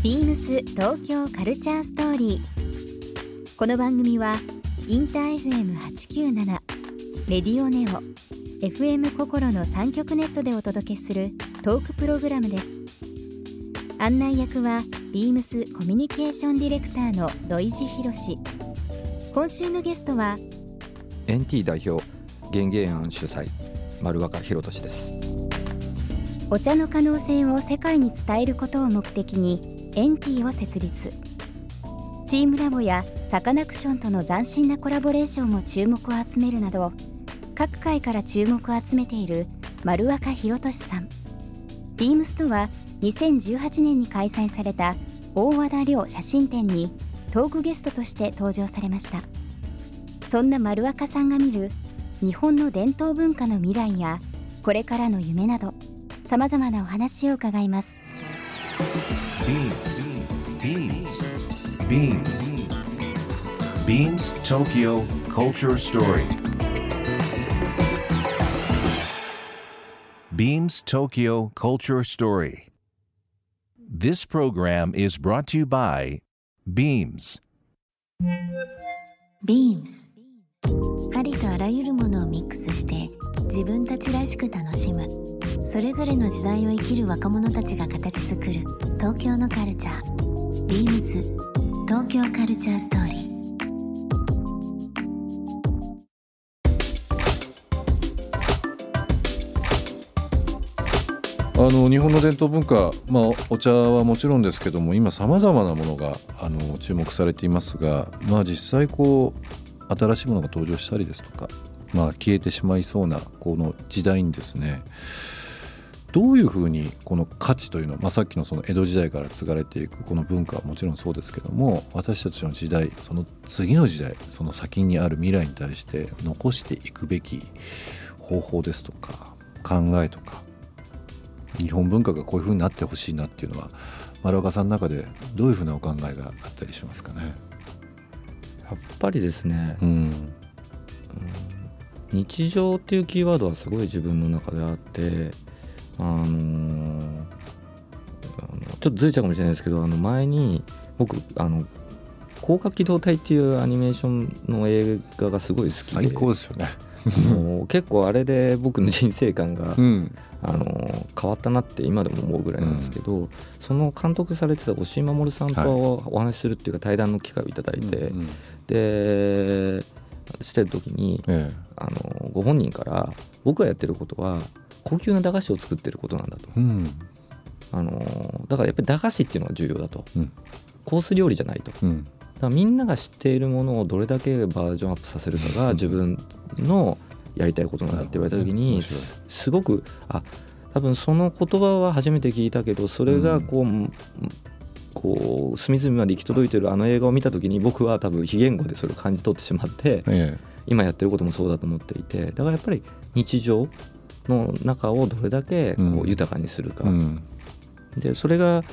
ビームス東京カルチャーストーリー。この番組はインター FM897 レディオネオ FM 心の3極ネットでお届けするトークプログラムです。案内役はビームスコミュニケーションディレクターの土井博志。今週のゲストは NT 代表玄芸庵主催丸若博俊です。 お茶の可能性を世界に伝えることを目的にNTを設立。チームラボやサカナクションとの斬新なコラボレーションも注目を集めるなど、各界から注目を集めている丸若博俊さん。ビームスとは2018年に開催された大和田亮写真展にトークゲストとして登場されました。そんな丸若さんが見る日本の伝統文化の未来やこれからの夢など、さまざまなお話を伺います。 Beams Tokyo Culture Story. Beams Tokyo Culture Story. This program is brought to you by Beams. Beams ありとあらゆるものをミックスして自分たちらしく楽しむ、それぞれの時代を生きる若者たちが形作る東京のカルチャー。ビームス東京カルチャーストーリー。 日本の伝統文化、お茶はもちろんですけども、今さまざまなものが注目されていますが、実際新しいものが登場したりですとか、消えてしまいそうなこの時代にですね、どういうふうにこの価値というのは、さっきのその江戸時代から継がれていくこの文化はもちろんそうですけども、私たちの時代、その次の時代、その先にある未来に対して残していくべき方法ですとか考えとか、日本文化がこういうふうになってほしいなっていうのは、丸岡さんの中でどういうふうなお考えがあったりしますかね。 やっぱりですね、日常っていうキーワードはすごい自分の中であって、ちょっとずれちゃうかもしれないですけど、前に僕高架機動隊っていうアニメーションの映画がすごい好きで、 最高ですよね。 もう結構あれで僕の人生観が、変わったなって今でも思うぐらいなんですけど、その監督されてた押井守さんとお話しするっていうか、対談の機会をいただいて、でしてる時に、ご本人から僕がやってることは高級な駄菓子を作ってることなんだと、だからやっぱり駄菓子っていうのが重要だと、コース料理じゃないと、だからみんなが知っているものをどれだけバージョンアップさせるかが自分のやりたいことなんだって言われた時に、すごく多分その言葉は初めて聞いたけど、それがこう隅々まで行き届いてるあの映画を見た時に、僕は多分非言語でそれを感じ取ってしまって、今やってることもそうだと思っていて、だからやっぱり日常の中をどれだけ豊かにするか、でそれが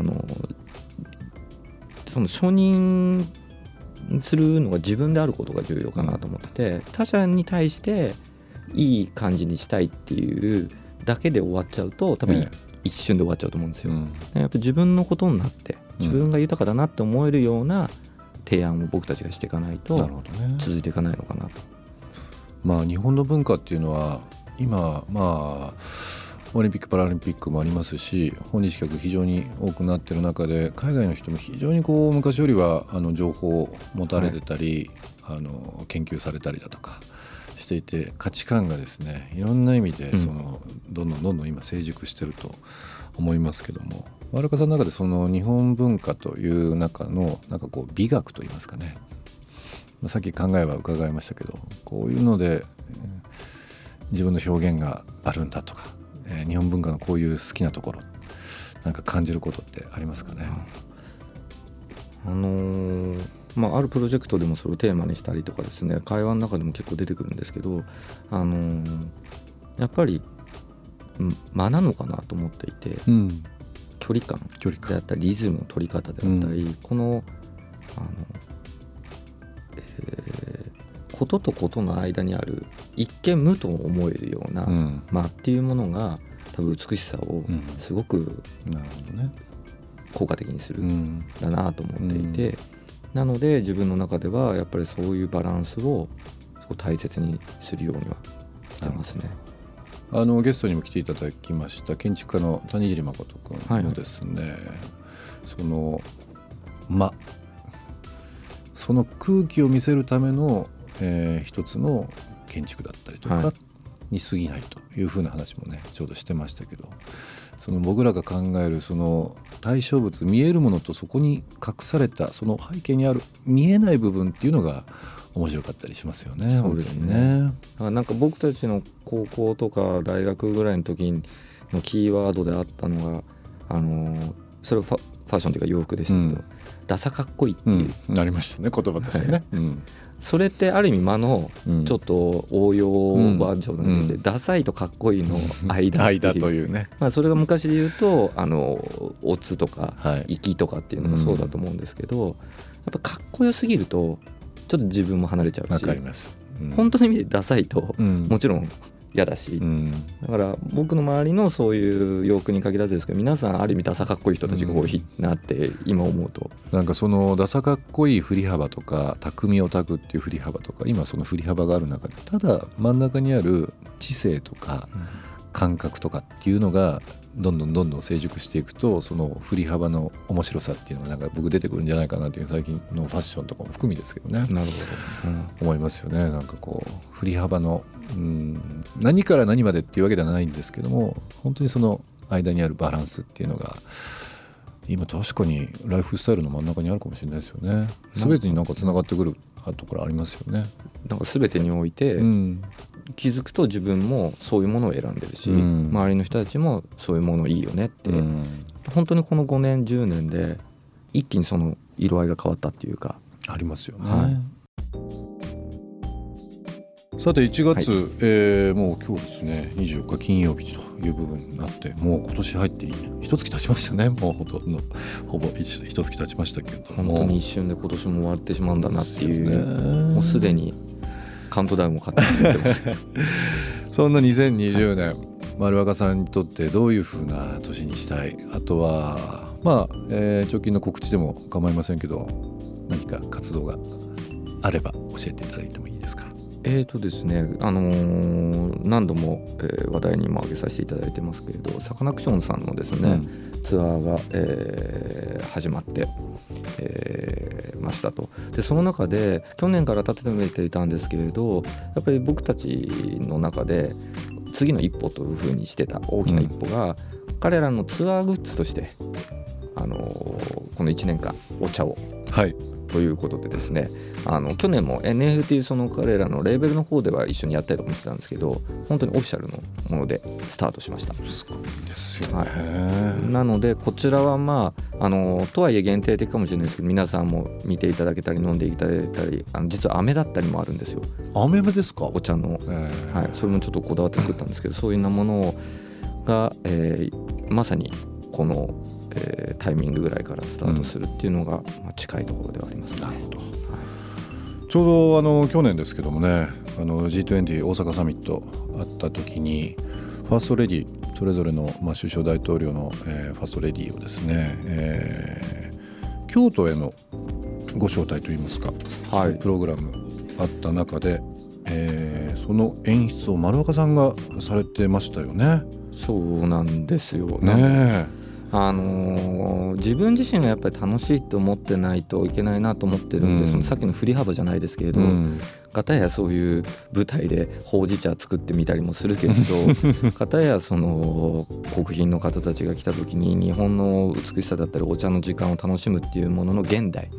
その承認するのが自分であることが重要かなと思ってて、他者に対していい感じにしたいっていうだけで終わっちゃうと、多分一瞬で終わっちゃうと思うんですよ。やっぱり自分のことになって自分が豊かだなって思えるような提案を僕たちがしていかないと続いていかないのかなと。 日本の文化っていうのは今オリンピック・パラリンピックもありますし、訪日客非常に多くなっている中で、海外の人も非常に昔よりは情報を持たれてたり、研究されたりだとかしていて、価値観がですね、いろんな意味でどんどん今成熟してると思いますけども、丸岡さんの中でその日本文化という中の美学といいますかね、さっき考えは伺いましたけど、こういうので自分の表現があるんだとか、日本文化のこういう好きなところ感じることってありますかね。 あるプロジェクトでもそれをテーマにしたりとかですね、会話の中でも結構出てくるんですけど、やっぱり間なのかなと思っていて、距離感であったりリズムの取り方であったり、このこととことの間にある一見無と思えるような間っていうものが多分美しさをすごく効果的にするんだなと思っていて、なので自分の中ではやっぱりそういうバランスを大切にするようにはしてますね。 ゲストにも来ていただきました建築家の谷尻誠君もですね、その空気を見せるための、一つの建築だったりとかに過ぎないというふうな話もねちょうどしてましたけど、その僕らが考えるその対象物、見えるものとそこに隠されたその背景にある見えない部分っていうのが面白かったりしますよね。 そうですね。なんか僕たちの高校とか大学ぐらいの時のキーワードであったのがそれはファッションというか洋服でしたけど、ダサかっこいいっていう、 なりましたね、言葉としてね、 それってある意味間のちょっと応用バージョンなんですね、ダサいとかっこいいの間というね、 それが昔で言うとオツとか粋とかっていうのもそうだと思うんですけど、やっぱかっこよすぎるとちょっと自分も離れちゃうし、 わかります、 本当の意味でダサいともちろん嫌だし、だから僕の周りのそういう洋服に限らずですけど、皆さんある意味ダサかっこいい人たちが多いなって今思うと、 なんかそのダサかっこいい振り幅とか匠をたくっていう振り幅とか、今その振り幅がある中でただ真ん中にある知性とか感覚とかっていうのがどんどん成熟していくと、その振り幅の面白さっていうのがなんか僕出てくるんじゃないかなっていう、最近のファッションとかも含みですけどね。 なるほど、思いますよね。なんかこう振り幅の何から何までっていうわけではないんですけども、本当にその間にあるバランスっていうのが今確かにライフスタイルの真ん中にあるかもしれないですよね。全てになんかつながってくるところありますよね。 なんか全てにおいて、気づくと自分もそういうものを選んでるし、周りの人たちもそういうものいいよねって、本当にこの5年10年で一気にその色合いが変わったっていうかありますよね。さて1月、もう今日ですね24日金曜日という部分になって、もう今年入って一月経ちましたね。もうほぼ一月経ちましたけど、 本当に一瞬で今年も終わってしまうんだなっていう、もうすでにカウントダウンも勝手にやってますそんな2020年、丸若さんにとってどういう風な年にしたい、あとは直近の告知でも構いませんけど、何か活動があれば教えていただいてもいいですか。 ですね、何度も、話題にも挙げさせていただいてますけれど、サカナクションさんのですね、ツアーが、始まって、ましたと。でその中で去年から立てめていたんですけれど、やっぱり僕たちの中で次の一歩というふうにしてた大きな一歩が、彼らのツアーグッズとして、この1年間お茶を、ということでですね、去年も NFT その彼らのレーベルの方では一緒にやったりとかもしてたんですけど、本当にオフィシャルのものでスタートしました。 すごいですよね。 なのでこちらはとはいえ限定的かもしれないですけど、皆さんも見ていただけたり飲んでいただいたり、実は飴だったりもあるんですよ。 飴ですか。 お茶の、それもちょっとこだわって作ったんですけど、そういうようなものが、まさにこのタイミングぐらいからスタートするっていうのが、近いところではありますね。 なるほど。ちょうど去年ですけどもね、G20 大阪サミットあった時にファーストレディ、それぞれの、首相大統領の、ファーストレディをですね、京都へのご招待といいますか、そういうプログラムあった中で、その演出を丸若さんがされてましたよね。 そうなんですよね。 自分自身がやっぱり楽しいと思ってないといけないなと思ってるんで、そのさっきの振り幅じゃないですけれど、片やそういう舞台でほうじ茶作ってみたりもするけれど片やその国賓の方たちが来た時に日本の美しさだったりお茶の時間を楽しむっていうものの現代、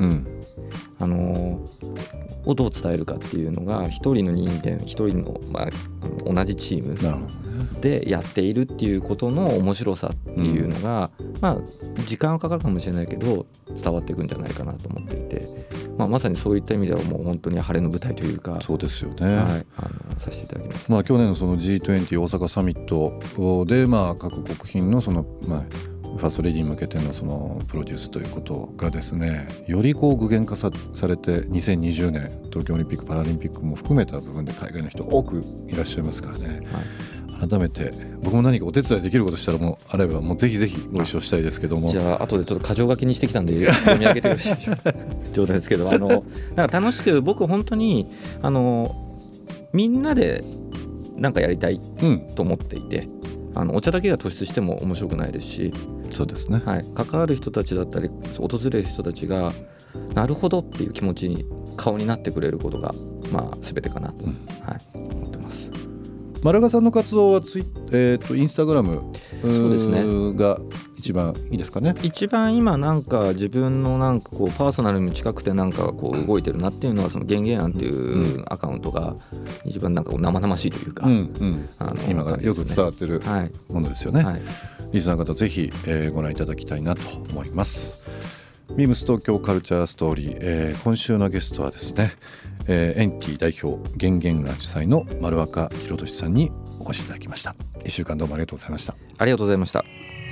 をどう伝えるかっていうのが一人の人間一人の、同じチームでやっているっていうことの面白さっていうのが、時間はかかるかもしれないけど伝わっていくんじゃないかなと思っていて、まさにそういった意味ではもう本当に晴れの舞台というか、 そうですよね、 させていただきました。 去年のその G20 大阪サミットで、各国賓のその、ファーストレディに向けてのそのプロデュースということがですね、より具現化されて2020年東京オリンピック・パラリンピックも含めた部分で海外の人多くいらっしゃいますからね、 改めて僕も何かお手伝いできることしたらもうあればもうぜひぜひご一緒したいですけども、 じゃあ後でちょっと箇条書きにしてきたんで読み上げてよろしいでしょうか冗談ですけどなんか楽しく僕本当にみんなでなんかやりたいと思っていて、お茶だけが突出しても面白くないですし、 そうですね、 はい、関わる人たちだったり訪れる人たちがなるほどっていう気持ちに顔になってくれることがまあ全てかなと、はい、思ってます。 丸賀さんの活動はインスタグラムそうですねが一番いいですかね。 一番今なんか自分のなんかこうパーソナルに近くてなんかこう動いてるなっていうのはその減言案っていうアカウントが一番なんか生々しいというか、 今がよく伝わってるものですよね、はい、リスナーの方ぜひ、ご覧いただきたいなと思います。ビームス東京カルチャーストーリー、今週のゲストはですね、エンティ代表減言案主催の丸若宏俊さんにお越しいただきました。1週間どうもありがとうございました。 ありがとうございました。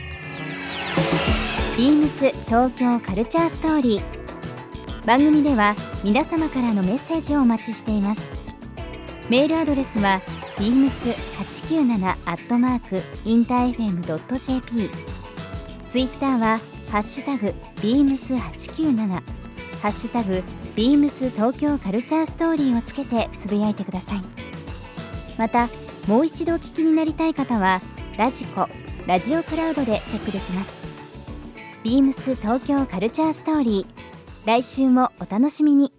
ビームス東京カルチャーストーリー、番組では皆様からのメッセージをお待ちしています。メールアドレスは beams897@interfm.jp、 ツイッターはハッシュタグ beams897、 ハッシュタグ beams 東京カルチャーストーリーをつけてつぶやいてください。またもう一度お聞きになりたい方はラジコ、ラジオクラウドでチェックできます。ビームス東京カルチャーストーリー、来週もお楽しみに。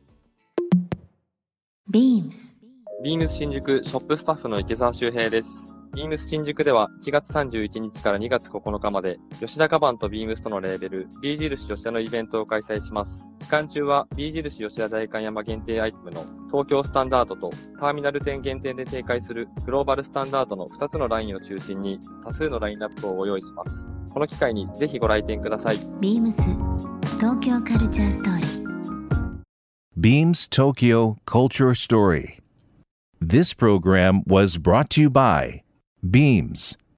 ビームス新宿ショップスタッフの池澤修平です。ビームス新宿では1月31日から2月9日まで吉田カバンとビームスとのレーベル B 印吉田のイベントを開催します。期間中は B 印吉田代官山限定アイテムの東京スタンダードとターミナル店限定で展開するグローバルスタンダードの2つのラインを中心に多数のラインナップをご用意します。この機会にぜひご来店ください。 ビームス東京カルチャーストーリー。 Beams Tokyo Culture Story. This program was brought to you by Beams.